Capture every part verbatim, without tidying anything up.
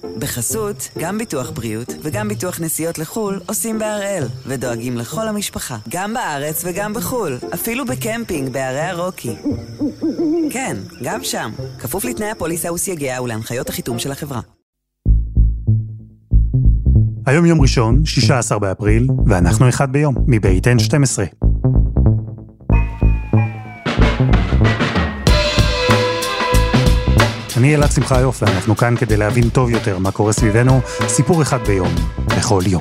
בחסות, גם ביטוח בריאות וגם ביטוח נסיעות לחול עושים בהראל, ודואגים לכל המשפחה, גם בארץ וגם בחול, אפילו בקמפינג בערי הרוקי. כן, גם שם, כפוף לתנאי הפוליסה וסייגיה ולהנחיות החיתום של החברה. היום יום ראשון, שישה עשר באפריל, ואנחנו אחד ביום, מבית אן שתים עשרה. אני אלעד שמחה יוף, ואנחנו כאן כדי להבין טוב יותר מה קורה סביבנו, סיפור אחד ביום, בכל יום.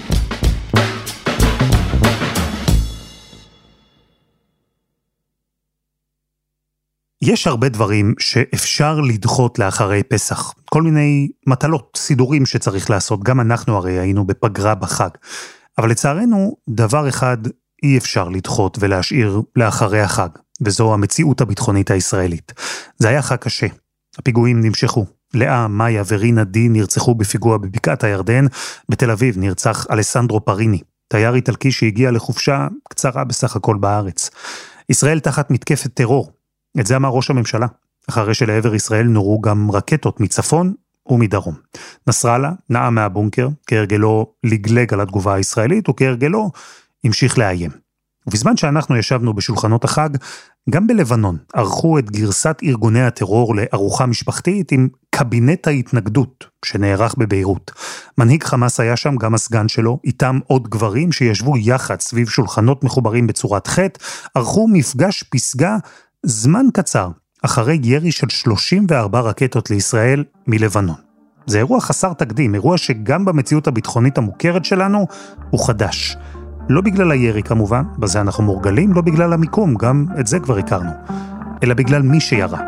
יש הרבה דברים שאפשר לדחות לאחרי פסח. כל מיני מטלות, סידורים שצריך לעשות. גם אנחנו הרי היינו בפגרה בחג. אבל לצערנו, דבר אחד אי אפשר לדחות ולהשאיר לאחרי החג. וזו המציאות הביטחונית הישראלית. זה היה חג קשה. הפיגועים נמשכו. לאה, מאיה ורינה די נרצחו בפיגוע בבקעת הירדן. בתל אביב נרצח אלסנדרו פריני. תייר איטלקי שהגיע לחופשה קצרה בסך הכל בארץ. ישראל תחת מתקפת טרור. את זה אמר ראש הממשלה, אחרי שלעבר ישראל נורו גם רקטות מצפון ומדרום. נסראללה נעה מהבונקר, כהרגלו לגלג על התגובה הישראלית, וכהרגלו המשיך לאיים. ובזמן שאנחנו ישבנו בשולחנות החג, גם בלבנון ערכו את גרסת ארגוני הטרור לארוחה משפחתית עם קבינט ההתנגדות שנערך בביירות. מנהיג חמאס היה שם, גם הסגן שלו, איתם עוד גברים שישבו יחד סביב שולחנות מחוברים בצורת חטא, ערכו מפגש פסגה זמן קצר, אחרי ירי של שלושים וארבע רקטות לישראל מלבנון. זה אירוע חסר תקדים, אירוע שגם במציאות הביטחונית המוכרת שלנו הוא חדש. לא בגלל הירי כמובן, בזה אנחנו מורגלים, לא בגלל המיקום, גם את זה כבר הכרנו, אלא בגלל מי שירה.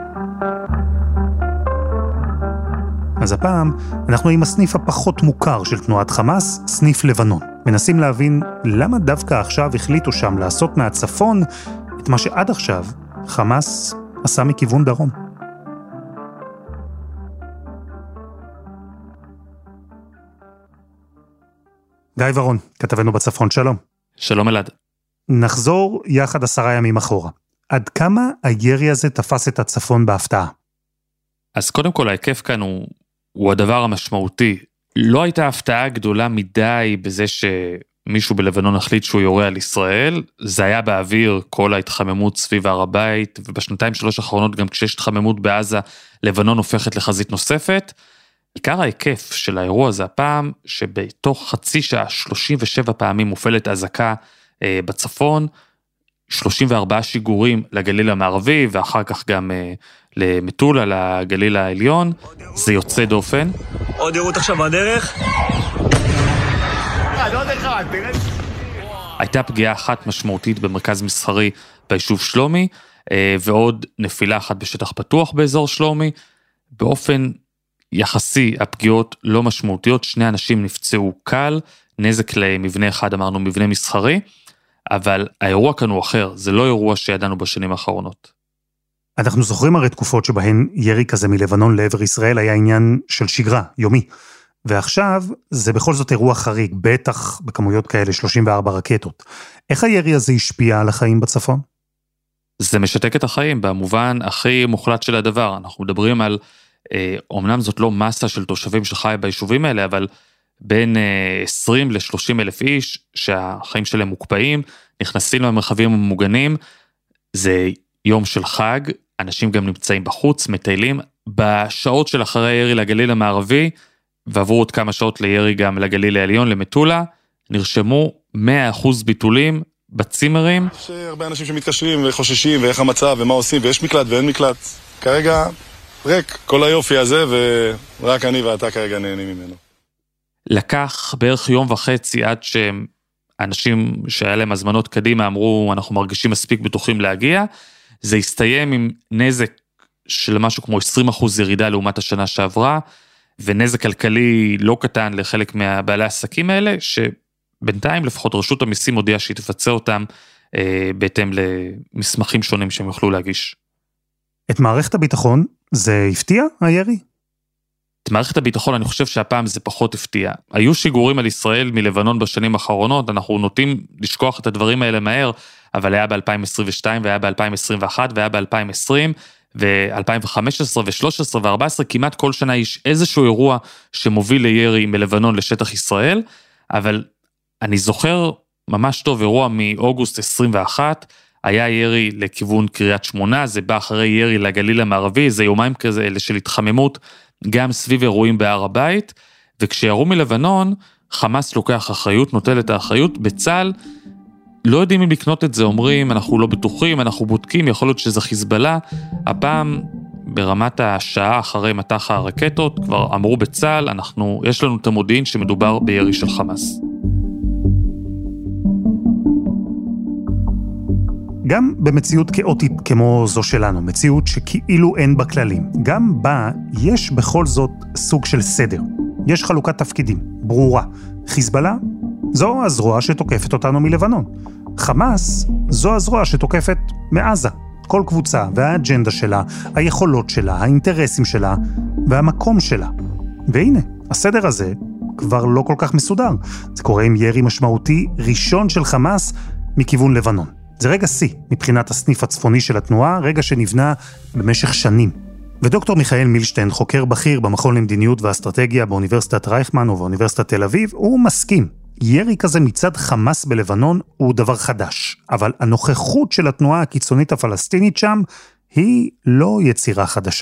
אז הפעם אנחנו עם הסניף הפחות מוכר של תנועת חמאס, סניף לבנון. מנסים להבין למה דווקא עכשיו החליטו שם לעשות מהצפון את מה שעד עכשיו חמאס עשה מכיוון דרום. גיא ורון, כתבנו בצפון, שלום. שלום אלעד. נחזור יחד עשרה ימים אחורה. עד כמה הירי הזה תפס את הצפון בהפתעה? אז קודם כל ההיקף כאן הוא, הוא הדבר המשמעותי. לא הייתה הפתעה גדולה מדי בזה ש... מישהו בלבנון החליט שהוא יורה על ישראל, זה היה באוויר כל ההתחממות סביב הר הבית, ובשנתיים שלוש האחרונות גם כשיש התחממות בעזה, לבנון הופכת לחזית נוספת. עיקר ההיקף של האירוע זה הפעם, שבתוך חצי שעה שלושים ושבע פעמים מופעלת אזעקה אה, בצפון, שלושים וארבעה שיגורים לגליל המערבי, ואחר כך גם אה, למטולה, לגליל העליון, זה יוצא דופן. עוד ירות עכשיו בדרך. הייתה פגיעה אחת משמעותית במרכז מסחרי ביישוב שלומי, ועוד נפילה אחת בשטח פתוח באזור שלומי. באופן יחסי הפגיעות לא משמעותיות, שני אנשים נפצעו קל, נזק למבנה אחד אמרנו מבנה מסחרי, אבל האירוע כאן הוא אחר, זה לא אירוע שידענו בשנים האחרונות. אנחנו זוכרים הרי תקופות שבהן ירי כזה מלבנון לעבר ישראל היה עניין של שגרה, יומי. ועכשיו זה בכל זאת אירוע חריג, בטח בכמויות כאלה שלושים וארבע רקטות. איך הירי הזה השפיע על החיים בצפון? זה משתק את החיים במובן הכי מוחלט של הדבר. אנחנו מדברים על, אה, אומנם זאת לא מסה של תושבים שחי ביישובים האלה, אבל בין אה, עשרים ל-שלושים אלף איש שהחיים שלהם מוקפאים, נכנסים למרחבים המוגנים, זה יום של חג, אנשים גם נמצאים בחוץ, מטיילים, בשעות של אחרי ירי לגליל המערבי, ועברו עוד כמה שעות לירי גם לגליל העליון, למטולה, נרשמו מאה אחוז ביטולים בצימרים. יש הרבה אנשים שמתקשרים וחוששים ואיך המצב ומה עושים, ויש מקלט ואין מקלט. כרגע ריק, כל היופי הזה, ורק אני ואתה כרגע נהנים ממנו. לקח בערך יום וחצי עד שאנשים שהיה להם הזמנות קדימה אמרו, אנחנו מרגישים מספיק בטוחים להגיע. זה הסתיים עם נזק של משהו כמו עשרים אחוז ירידה לעומת השנה שעברה, ונזק כלכלי לא קטן לחלק מהבעלי העסקים האלה, שבינתיים לפחות רשות המיסים הודיעה שהיא תפצה אותם אה, בהתאם למסמכים שונים שהם יוכלו להגיש. את מערכת הביטחון זה הפתיע, הירי? את מערכת הביטחון אני חושב שהפעם זה פחות הפתיע. היו שיגורים על ישראל מלבנון בשנים האחרונות, אנחנו נוטים לשכוח את הדברים האלה מהר, אבל היה ב-אלפיים עשרים ושתיים והיה ב-אלפיים עשרים ואחת והיה ב-אלפיים עשרים, ו-אלפיים וחמש עשרה ו-שלוש עשרה ו-ארבע עשרה, כמעט כל שנה יש איזשהו אירוע שמוביל לירי מלבנון לשטח ישראל, אבל אני זוכר ממש טוב אירוע מאוגוסט עשרים ואחת, היה ירי לכיוון קריית שמונה, זה בא אחרי ירי לגליל המערבי, זה יומיים כזה של התחממות, גם סביב אירועים בהר הבית, וכשירו מלבנון, חמאס לוקח אחריות, נוטל את האחריות, בצה"ל לא יודעים אם לקנות את זה, אומרים, אנחנו לא בטוחים, אנחנו בודקים, יכול להיות שזה חיזבאללה, הפעם ברמת השעה אחרי מטח הרקטות, כבר אמרו בצה"ל, אנחנו, יש לנו את המודיעין שמדובר בירי של חמאס. גם במציאות כאוטית כמו זו שלנו, מציאות שכאילו אין בה כללים, גם בה יש בכל זאת סוג של סדר. יש חלוקת תפקידים, ברורה. חיזבאללה, זו הזרוע שתוקפת אותנו מלבנון. חמאס, זו הזרוע שתוקפת מעזה. כל קבוצה והאג'נדה שלה, היכולות שלה, האינטרסים שלה והמקום שלה. והנה, הסדר הזה כבר לא כל כך מסודר. זה קורה עם ירי משמעותי ראשון של חמאס מכיוון לבנון. זה רגע C מבחינת הסניף הצפוני של התנועה, רגע שנבנה במשך שנים. ודוקטור מיכאל מילשטיין, חוקר בכיר במכון למדיניות ואסטרטגיה באוניברסיטת רייכמן ובאוניברסיטת תל אביב, הוא מסכים. ירי כזה מצד חמאס בלבנון הוא דבר חדש, אבל הנוכחות של התנועה הקיצונית הפלסטינית שם היא לא יצירה חדשה.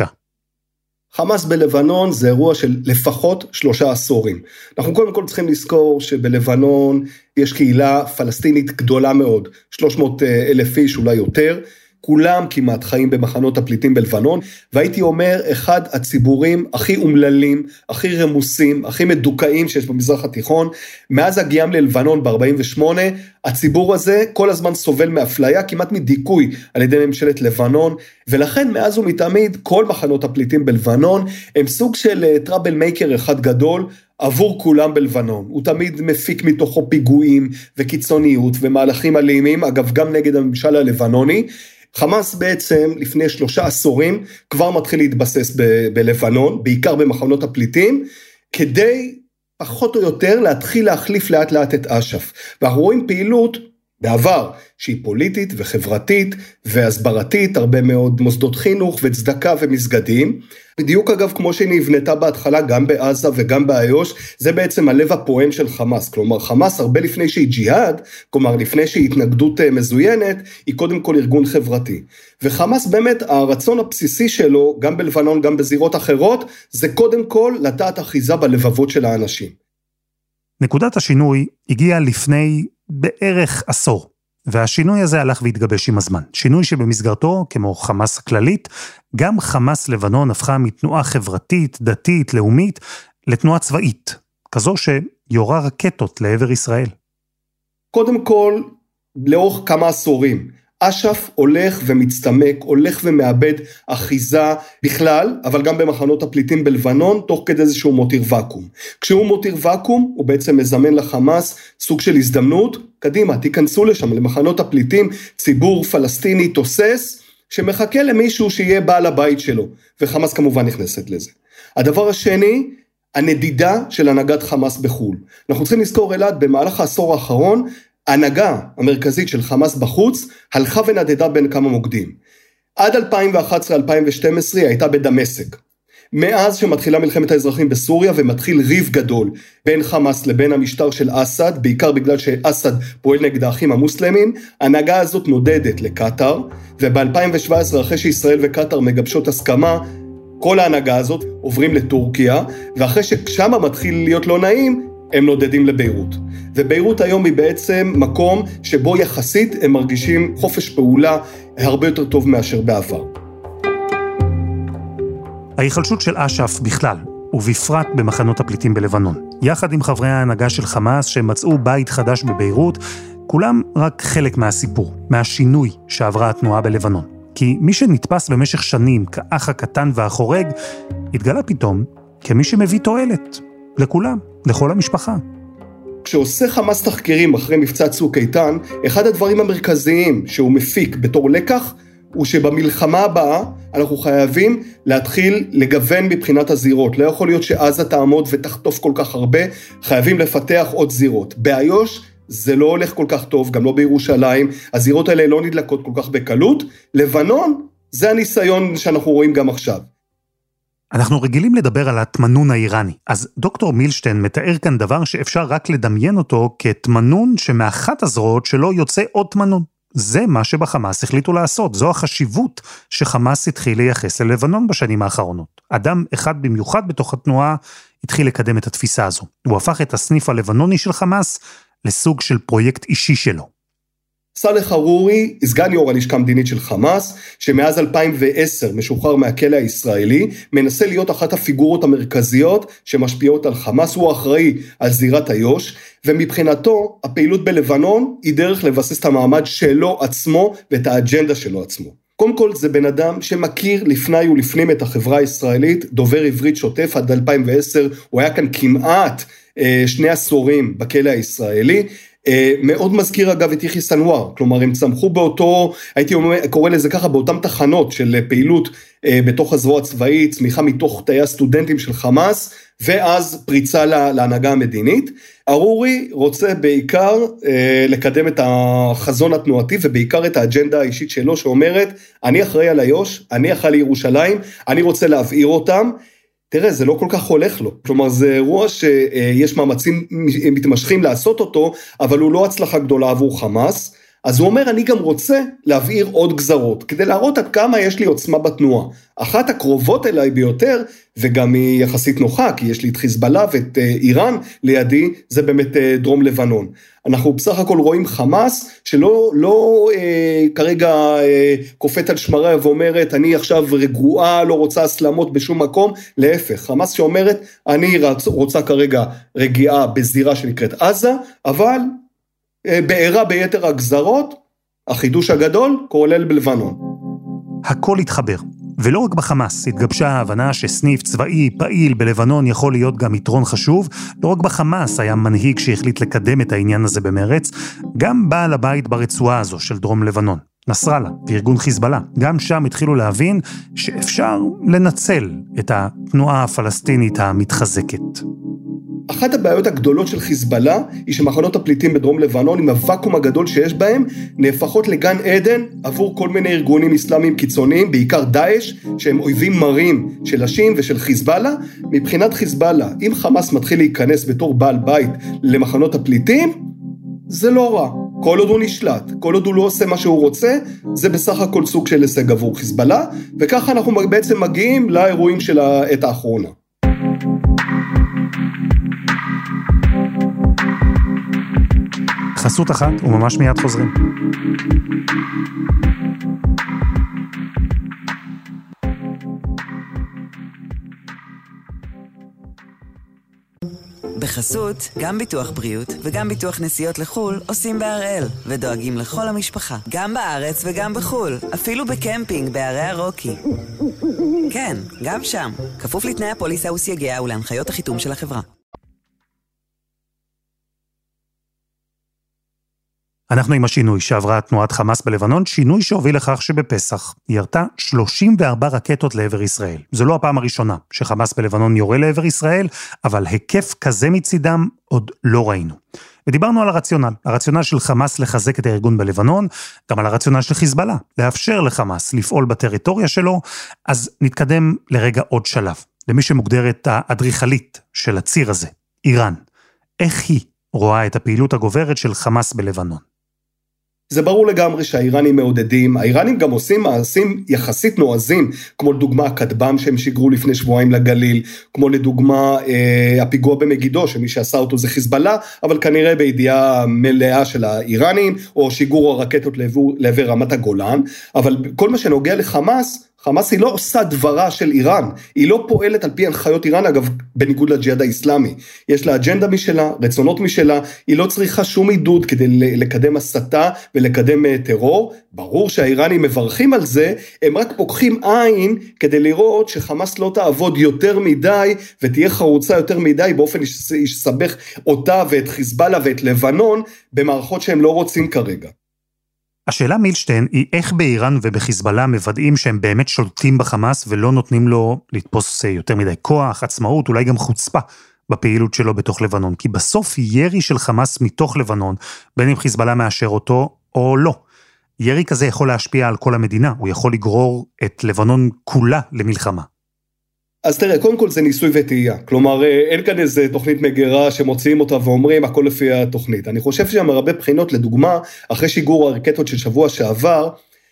חמאס בלבנון זה אירוע של לפחות שלושה עשורים. אנחנו קודם כל צריכים לזכור שבלבנון יש קהילה פלסטינית גדולה מאוד, שלוש מאות אלף איש אולי יותר, כולם כמעט חיים במחנות הפליטים בלבנון, והייתי אומר אחד הציבורים הכי אומללים, הכי רמוסים, הכי מדוכאים שיש במזרח התיכון, מאז הגיעם ללבנון ב-ארבעים ושמונה, הציבור הזה כל הזמן סובל מאפליה, כמעט מדיכוי על ידי ממשלת לבנון, ולכן מאז ומתמיד כל מחנות הפליטים בלבנון הם סוג של טראבל מייקר אחד גדול, עבור כולם בלבנון. הוא תמיד מפיק מתוכו פיגועים וקיצוניות ומהלכים אלימים, אגב גם נגד הממשל הלבנוני. חמאס בעצם לפני שלושה עשורים כבר מתחיל להתבסס ב- בלבנון, בעיקר במחנות הפליטים, כדי פחות או יותר להתחיל להחליף לאט לאט את אש"ף. ואנחנו רואים פעילות בעבר שהיא פוליטית וחברתית והסברתית, הרבה מאוד מוסדות חינוך וצדקה ומסגדים, בדיוק אגב כמו שהיא נבנתה בהתחלה גם בעזה וגם באיו"ש, זה בעצם הלב הפועם של חמאס, כלומר חמאס הרבה לפני שהיא ג'יהאד, כלומר לפני שהיא התנגדות מזוינת, היא קודם כל ארגון חברתי, וחמאס באמת הרצון הבסיסי שלו, גם בלבנון גם בזירות אחרות, זה קודם כל לטעת אחיזה בלבבות של האנשים. נקודת השינוי הגיעה לפני בערך עשור, והשינוי הזה הלך והתגבש עם הזמן. שינוי שבמסגרתו, כמו חמאס הכללית, גם חמאס לבנון הפכה מתנועה חברתית, דתית, לאומית, לתנועה צבאית, כזו שיורה רקטות לעבר ישראל. קודם כל, לאורך כמה עשורים, אש"ף הולך ומצטמק, הולך ומאבד אחיזה בכלל, אבל גם במחנות הפליטים בלבנון, תוך כדי איזשהו מותיר וקום. כשהוא מותיר וקום, הוא בעצם מזמן לחמאס סוג של הזדמנות, קדימה, תיכנסו לשם, למחנות הפליטים, ציבור פלסטיני תוסס, שמחכה למישהו שיהיה בעל הבית שלו, וחמאס כמובן נכנסת לזה. הדבר השני, הנדידה של הנהגת חמאס בחול. אנחנו צריכים לזכור אלעד, במהלך העשור האחרון, ההנהגה המרכזית של חמאס בחוץ, הלכה ונדדה בין כמה מוקדים. עד אלפיים ואחת עשרה אלפיים ושתים עשרה הייתה בדמשק. מאז שמתחילה מלחמת האזרחים בסוריה, ומתחיל ריב גדול בין חמאס לבין המשטר של אסד, בעיקר בגלל שאסד פועל נגד האחים המוסלמים, ההנהגה הזאת נודדת לקטר, וב-אלפיים ושבע עשרה אחרי שישראל וקטר מגבשות הסכמה, כל ההנהגה הזאת עוברים לטורקיה, ואחרי ששם מתחיל להיות לא נעים, הם נודדים לביירות. וביירות היום היא בעצם מקום שבו יחסית הם מרגישים חופש פעולה הרבה יותר טוב מאשר בעבר. ההיחלשות של אש"ף בכלל, ובפרט במחנות הפליטים בלבנון, יחד עם חברי ההנהגה של חמאס שמצאו בית חדש בביירות, כולם רק חלק מהסיפור, מהשינוי שעברה התנועה בלבנון. כי מי שנתפס במשך שנים כאח הקטן והחורג, התגלה פתאום כמי שמביא תועלת לכולם, לכל המשפחה. כשעושה חמאס תחקירים אחרי מבצע צוק איתן, אחד הדברים המרכזיים שהוא מפיק בתור לקח, הוא שבמלחמה הבאה אנחנו חייבים להתחיל לגוון מבחינת הזירות. לא יכול להיות שעזה תעמוד ותחטוף כל כך הרבה, חייבים לפתח עוד זירות. באיו"ש זה לא הולך כל כך טוב, גם לא בירושלים, הזירות האלה לא נדלקות כל כך בקלות. לבנון, זה הניסיון שאנחנו רואים גם עכשיו. אנחנו רגילים לדבר על התמנון האיראני, אז דוקטור מילשטיין מתאר כאן דבר שאפשר רק לדמיין אותו כתמנון שמאחת הזרועות שלו יוצא עוד תמנון. זה מה שבחמאס החליטו לעשות, זו החשיבות שחמאס התחיל לייחס ללבנון בשנים האחרונות. אדם אחד במיוחד בתוך התנועה התחיל לקדם את התפיסה הזו. הוא הפך את הסניף הלבנוני של חמאס לסוג של פרויקט אישי שלו. סאלח ארורי, סגן יו"ר הלשכה המדינית של חמאס, שמאז אלפיים ועשר משוחרר מהכלא הישראלי, מנסה להיות אחת הפיגורות המרכזיות שמשפיעות על חמאס, הוא אחראי על זירת איו"ש, ומבחינתו הפעילות בלבנון היא דרך לבסס את המעמד שלו עצמו ואת האג'נדה שלו עצמו. קודם כל זה בן אדם שמכיר לפני ולפנים את החברה הישראלית, דובר עברית שוטף עד אלפיים ועשר, הוא היה כאן כמעט אה, שני עשורים בכלא הישראלי, מאוד מזכיר אגב את יחיא סנוואר, כלומר הם צמחו באותו, הייתי קורא לזה ככה, באותם תחנות של פעילות בתוך הזרוע הצבאית, צמיחה מתוך תאי הסטודנטים של חמאס, ואז פריצה להנהגה המדינית. ארורי רוצה בעיקר לקדם את החזון התנועתי, ובעיקר את האג'נדה האישית שלו, שאומרת, אני אחראי על איו"ש, אני אחראי לירושלים, אני רוצה להבעיר אותם, תראה, זה לא כל כך הולך לו, כלומר זה אירוע שיש מאמצים מתמשכים לעשות אותו, אבל הוא לא הצלחה גדולה עבור חמאס, אז הוא אומר, אני גם רוצה להבעיר עוד גזרות, כדי להראות עד כמה יש לי עוצמה בתנועה. אחת הקרובות אליי ביותר, וגם היא יחסית נוחה, כי יש לי את חיזבאללה ואת איראן לידי, זה באמת דרום לבנון. אנחנו בסך הכל רואים חמאס, שלא לא, אה, כרגע אה, קופאת על שמריה ואומרת, אני עכשיו רגועה, לא רוצה הסלמות בשום מקום, להפך, חמאס שאומרת, אני רצ, רוצה כרגע רגיעה בזירה שנקראת עזה, אבל אה, בעירה ביתר הגזרות, החידוש הגדול, כולל בלבנון. הכל התחבר. ולא רק בחמאס, התגבשה ההבנה שסניף צבאי פעיל בלבנון יכול להיות גם יתרון חשוב, לא רק בחמאס היה מנהיג שהחליט לקדם את העניין הזה במרץ, גם בעל הבית ברצועה הזו של דרום לבנון, נסראללה וארגון חיזבאללה, גם שם התחילו להבין שאפשר לנצל את התנועה הפלסטינית המתחזקת. אחת הבעיות הגדולות של חיזבאללה היא שמחנות הפליטים בדרום לבנון עם הוואקום הגדול שיש בהם נהפכות לגן עדן עבור כל מיני ארגונים אסלאמיים קיצוניים, בעיקר דאעש, שהם אויבים מרים של השיעים ושל חיזבאללה. מבחינת חיזבאללה, אם חמאס מתחיל להיכנס בתור בעל בית למחנות הפליטים, זה לא רע. כל עוד הוא נשלט, כל עוד הוא לא עושה מה שהוא רוצה, זה בסך הכל סוג של הישג עבור חיזבאללה, וככה אנחנו בעצם מגיעים לאירועים של העת האחרונה. חסות אחת וממש מיד חוזרים. בחסות, גם ביטוח בריאות וגם ביטוח נסיעות לחול עושים בהראל ודואגים לכל המשפחה, גם בארץ וגם בחול, אפילו בקמפינג בערי הרוקי. כן, גם שם, כפוף לתנאי הפוליסה וסייגיה ולהנחיות החיתום של החברה. אנחנו עם השינוי שעברה תנועת חמאס בלבנון, שינוי שהוביל לכך שבפסח ירתה שלושים וארבע רקטות לעבר ישראל. זו לא הפעם הראשונה שחמאס בלבנון יורה לעבר ישראל, אבל היקף כזה מצידם עוד לא ראינו. ודיברנו על הרציונל, הרציונל של חמאס לחזק את הארגון בלבנון, גם על הרציונל של חיזבאללה, לאפשר לחמאס לפעול בטריטוריה שלו, אז נתקדם לרגע עוד שלב, למי שמוגדרת האדריכלית של הציר הזה, איראן. איך היא רואה את הפעילות הגוברת של חמאס בלבנון? זה ברור לגמרי שהאיראנים מעודדים, האיראנים גם עושים מעשים יחסית נועזים, כמו לדוגמה הכטב"ם שהם שיגרו לפני שבועיים לגליל, כמו לדוגמה אה, הפיגוע במגידו, שמי שעשה אותו זה חיזבאללה, אבל כנראה בידיעה מלאה של האיראנים, או שיגור הרקטות לעבר, לעבר רמת הגולן, אבל כל מה שנוגע לחמאס, חמאס היא לא עושה דברה של איראן, היא לא פועלת על פי הנחיות איראן, אגב, בניגוד לג'יהאד האסלאמי. יש לה אג'נדה משלה, רצונות משלה, היא לא צריכה שום עידוד כדי לקדם הסתה ולקדם טרור. ברור שהאיראנים מברכים על זה, הם רק פוקחים עין כדי לראות שחמאס לא תעבוד יותר מדי, ותהיה חרוצה יותר מדי, באופן שיסבך אותה ואת חיזבאללה ואת לבנון, במערכות שהם לא רוצים כרגע. השאלה מילשטיין היא איך באיראן ובחיזבאללה מוודאים שהם באמת שולטים בחמאס ולא נותנים לו לתפוס יותר מדי כוח, עצמאות, אולי גם חוצפה בפעילות שלו בתוך לבנון. כי בסוף ירי של חמאס מתוך לבנון, בין אם חיזבאללה מאשר אותו או לא, ירי כזה יכול להשפיע על כל המדינה, הוא יכול לגרור את לבנון כולה למלחמה. אז תראה, קודם כל זה ניסוי וטעייה, כלומר אין כאן איזה תוכנית מגירה שמוציאים אותה ואומרים הכל לפי התוכנית. אני חושב שם הרבה בחינות, לדוגמה, אחרי שיגור הרקטות של שבוע שעבר,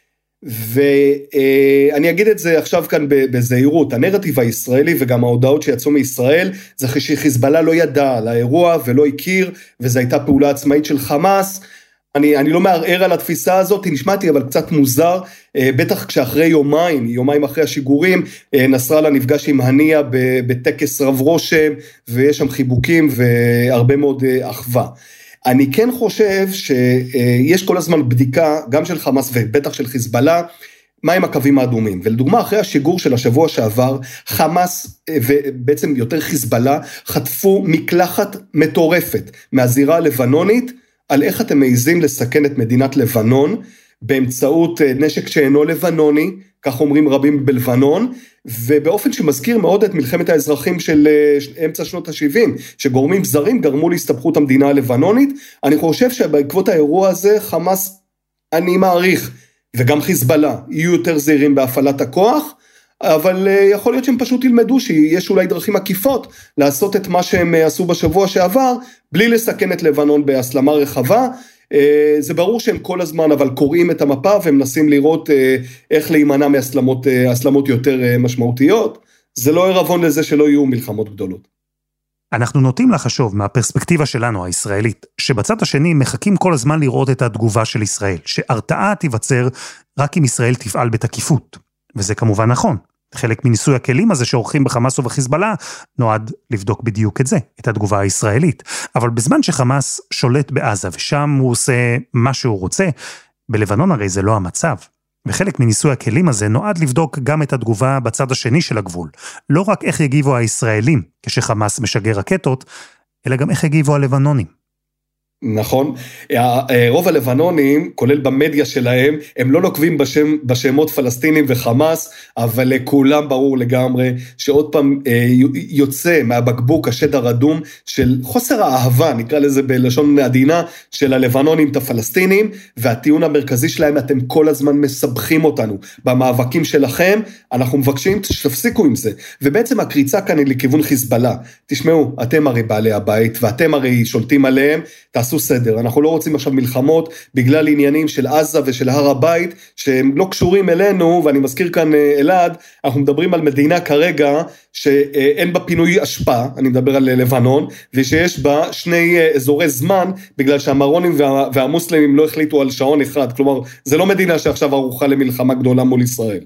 ואני אגיד את זה עכשיו כאן בזהירות, הנרטיב הישראלי וגם ההודעות שיצאו מישראל, זה שחיזבאללה לא ידע על האירוע ולא הכיר, וזו הייתה פעולה עצמאית של חמאס. אני, אני לא מערער על התפיסה הזאת, היא נשמעתי אבל קצת מוזר, בטח כשאחרי יומיים, יומיים אחרי השיגורים, נסראללה נפגש עם הנייה בטקס רב רושם, ויש שם חיבוקים והרבה מאוד אחווה. אני כן חושב שיש כל הזמן בדיקה, גם של חמאס ובטח של חיזבאללה, מהם הקווים האדומים. ולדוגמה, אחרי השיגור של השבוע שעבר, חמאס ובעצם יותר חיזבאללה, חטפו מקלחת מטורפת מהזירה הלבנונית, על איך אתם מעיזים לסכן את מדינת לבנון, באמצעות נשק שאינו לבנוני, כך אומרים רבים בלבנון, ובאופן שמזכיר מאוד את מלחמת האזרחים של אמצע שנות ה-שבעים, שגורמים זרים גרמו להסתבכות המדינה הלבנונית. אני חושב שבעקבות האירוע הזה, חמאס, אני מעריך, וגם חיזבאללה, יהיו יותר זהירים בהפעלת הכוח, אבל יכול להיות שהם פשוט ילמדו שיש אולי דרכים עקיפות, לעשות את מה שהם עשו בשבוע שעבר, בלי לסכן את לבנון בהסלמה רחבה. זה ברור שהם כל הזמן אבל קוראים את המפה ומנסים לראות איך להימנע מהסלמות, הסלמות יותר משמעותיות. זה לא ערבון לזה שלא יהיו מלחמות גדולות. אנחנו נוטים לחשוב מהפרספקטיבה שלנו הישראלית, שבצד השני מחכים כל הזמן לראות את התגובה של ישראל, שהרתעה תיווצר רק אם ישראל תפעל בתקיפות. וזה כמובן נכון. חלק מניסוי הכלים הזה שעורכים בחמאס ובחיזבאללה, נועד לבדוק בדיוק את זה, את התגובה הישראלית. אבל בזמן שחמאס שולט בעזה, ושם הוא עושה מה שהוא רוצה, בלבנון הרי זה לא המצב. וחלק מניסוי הכלים הזה נועד לבדוק גם את התגובה בצד השני של הגבול. לא רק איך יגיבו הישראלים כשחמאס משגר רקטות, אלא גם איך יגיבו הלבנונים. נכון, רוב הלבנונים, כולל במדיה שלהם, הם לא נוקבים בשם, בשמות פלסטינים וחמאס, אבל לכולם ברור לגמרי, שעוד פעם יוצא מהבקבוק השד הרדום, של חוסר האהבה, נקרא לזה בלשון עדינה, של הלבנונים את הפלסטינים, והטיעון המרכזי שלהם, אתם כל הזמן מסבכים אותנו, במאבקים שלכם, אנחנו מבקשים שתפסיקו עם זה, ובעצם הקריצה כאן היא לכיוון חיזבאללה, תשמעו, אתם הרי בעלי הבית, ואתם הרי שולטים עליהם, תעשו סדר, אנחנו לא רוצים עכשיו מלחמות, בגלל עניינים של עזה ושל הר הבית, שהם לא קשורים אלינו, ואני מזכיר כאן אלעד, אנחנו מדברים על מדינה כרגע, שאין בה פינוי השפעה, אני מדבר על לבנון, ושיש בה שני אזורי זמן, בגלל שהמרונים וה, והמוסלמים לא החליטו על שעון אחד, כלומר, זה לא מדינה שעכשיו ערוכה למלחמה גדולה מול ישראל.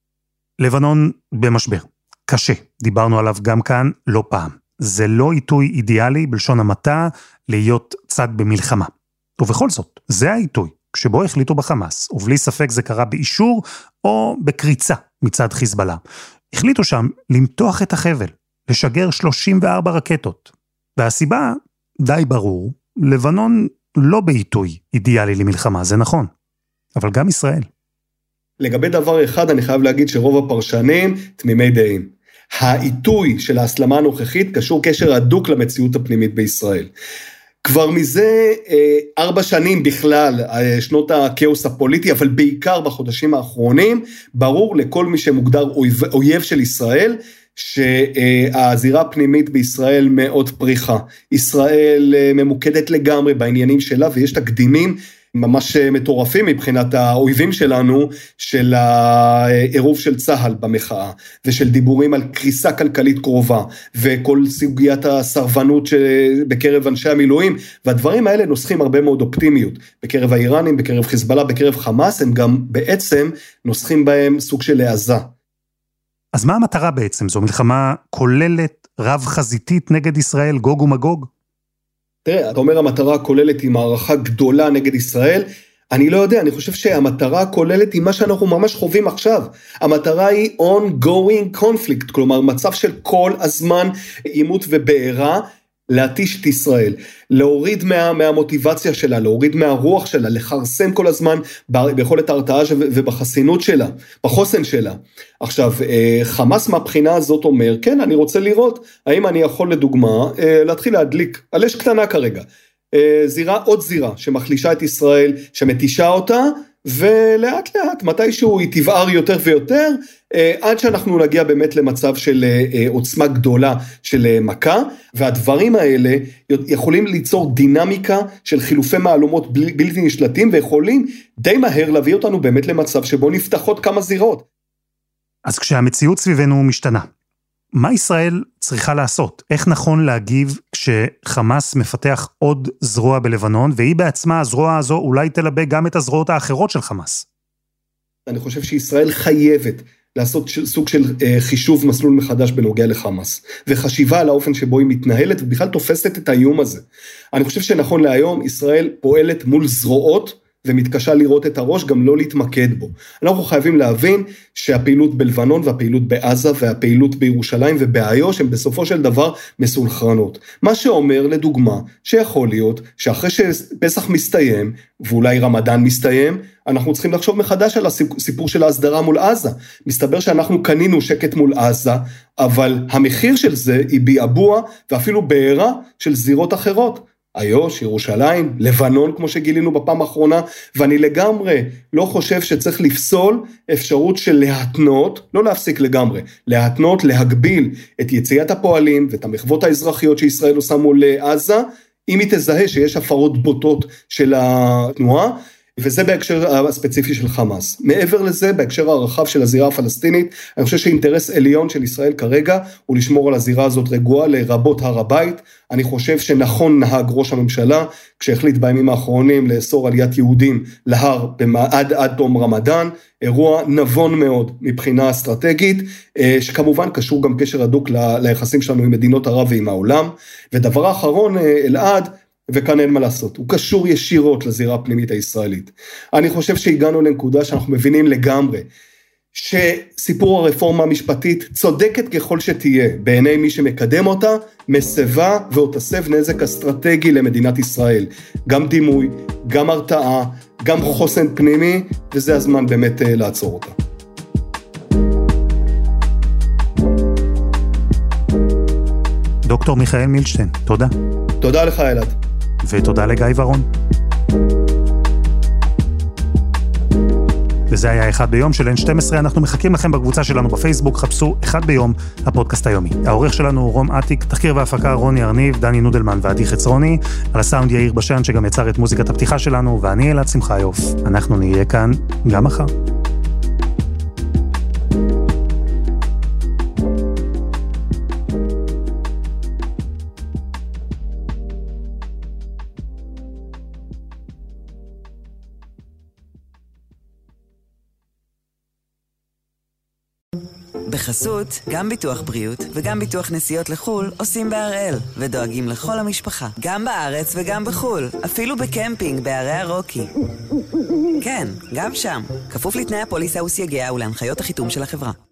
לבנון במשבר, קשה, דיברנו עליו גם כאן לא פעם. זה לא עיתוי אידיאלי בלשון המעטה להיות צד במלחמה. ובכל זאת, זה העיתוי, כשבו החליטו בחמאס, ובלי ספק זה קרה באישור או בקריצה מצד חיזבאללה. החליטו שם למתוח את החבל, לשגר שלושים וארבע רקטות. והסיבה, די ברור, לבנון לא בעיתוי אידיאלי למלחמה, זה נכון. אבל גם ישראל. לגבי דבר אחד, אני חייב להגיד שרוב הפרשנים תמימי דעים. העיתוי של ההסלמה הנוכחית קשור קשר הדוק למציאות הפנימית בישראל. כבר מזה אה, ארבע שנים בכלל, אה, שנות הכאוס הפוליטי, אבל בעיקר בחודשים האחרונים, ברור לכל מי שמוגדר אויב, אויב של ישראל, שהזירה הפנימית בישראל מאוד פריחה. ישראל אה, ממוקדת לגמרי בעניינים שלה, ויש תקדימים ממש מטורפים מבחינת האויבים שלנו, של העירוב של צהל במחאה, ושל דיבורים על קריסה כלכלית קרובה, וכל סוגיית הסרבנות בקרב אנשי המילואים, והדברים האלה נוסחים הרבה מאוד אופטימיות, בקרב האיראנים, בקרב חיזבאללה, בקרב חמאס, הם גם בעצם נוסחים בהם סוג של העזה. אז מה המטרה בעצם? זו מלחמה כוללת, רב חזיתית נגד ישראל, גוג ומגוג? תראה, אתה אומר המטרה הכוללת היא מערכה גדולה נגד ישראל, אני לא יודע, אני חושב שהמטרה הכוללת היא מה שאנחנו ממש חווים עכשיו, המטרה היא ongoing conflict, כלומר מצב של כל הזמן עימות ובעירה, להתיש את ישראל, להוריד מה, מהמוטיבציה שלה, להוריד מהרוח שלה, לחרסם כל הזמן ביכולת ההרתעה ובחסינות שלה, בחוסן שלה. עכשיו, חמאס מהבחינה הזאת אומר, כן, אני רוצה לראות, האם אני יכול לדוגמה, להתחיל להדליק, על אש קטנה כרגע, זירה, עוד זירה, שמחלישה את ישראל, שמתישה אותה, ולאט לאט, מתישהו היא תבער יותר ויותר, עד שאנחנו נגיע באמת למצב של עוצמה גדולה של מכה, והדברים האלה יכולים ליצור דינמיקה של חילופי מהלומות בלתי נשלטים, ויכולים די מהר להביא אותנו באמת למצב שבו נפתחות כמה זירות. אז כשהמציאות סביבנו משתנה, מה ישראל צריכה לעשות? איך נכון להגיב כשחמאס מפתח עוד זרוע בלבנון, והיא בעצמה, הזרוע הזו, אולי תלבה גם את הזרועות האחרות של חמאס? אני חושב שישראל חייבת לעשות סוג של חישוב מסלול מחדש בנוגע לחמאס, וחשיבה על האופן שבו היא מתנהלת, ובכלל תופסת את האיום הזה. אני חושב שנכון להיום, ישראל פועלת מול זרועות, ומתקשה לראות את הראש, גם לא להתמקד בו. אנחנו חייבים להבין שהפעילות בלבנון והפעילות בעזה והפעילות בירושלים ובאיו"ש הם בסופו של דבר מסונכרנות. מה שאומר לדוגמה שיכול להיות שאחרי שפסח מסתיים ואולי רמדאן מסתיים, אנחנו צריכים לחשוב מחדש על הסיפור של ההסדרה מול עזה. מסתבר שאנחנו קנינו שקט מול עזה, אבל המחיר של זה היא ביעבוע ואפילו בעירה של זירות אחרות. איו"ש, ירושלים, לבנון, כמו שגילינו בפעם האחרונה, ואני לגמרי לא חושב שצריך לפסול אפשרות של להתנות, לא להפסיק לגמרי, להתנות, להגביל את יציאת הפועלים ואת המחוות האזרחיות שישראל עושה מול עזה, אם היא תזהה שיש הפרות בוטות של התנועה, וזה בהקשר הספציפי של חמאס. מעבר לזה, בהקשר הרחב של הזירה הפלסטינית, אני חושב שאינטרס עליון של ישראל כרגע, הוא לשמור על הזירה הזאת רגועה לרבות הר הבית. אני חושב שנכון נהג ראש הממשלה, כשהחליט בימים האחרונים לאסור עליית יהודים להר עד עד תום רמדאן, אירוע נבון מאוד מבחינה אסטרטגית, שכמובן קשור גם קשר הדוק ליחסים שלנו עם מדינות ערב ועם העולם. ודבר האחרון, אלעד, וכאן אין מה לעשות, הוא קשור ישירות לזירה הפנימית הישראלית. אני חושב שהגענו לנקודה שאנחנו מבינים לגמרי, שסיפור הרפורמה המשפטית צודקת ככל שתהיה, בעיני מי שמקדם אותה, מסבה ועוד תסב נזק אסטרטגי למדינת ישראל. גם דימוי, גם הרתעה, גם חוסן פנימי, וזה הזמן באמת לעצור אותה. דוקטור מיכאל מילשטיין, תודה. תודה לך אלעד. ותודה לגיא ורון. וזה היה אחד ביום של אן שתים עשרה, אנחנו מחכים לכם בקבוצה שלנו בפייסבוק, חפשו אחד ביום, הפודקאסט היומי. העורך שלנו הוא רום עתיק, תחקיר והפקה רוני ארניב, דני נודלמן ועדי חצרוני, על הסאונד יאיר בשן שגם יצר את מוזיקת הפתיחה שלנו, ואני אלעד שמחיוף. אנחנו נהיה כאן גם מחר. בחסות, גם ביטוח בריאות וגם ביטוח נסיעות לחול עושים בהראל ודואגים לכל המשפחה, גם בארץ וגם בחול, אפילו בקמפינג בערי הרוקי. כן, גם שם, כפוף לתנאי הפוליסה וסייגיה ולהנחיות החיתום של החברה.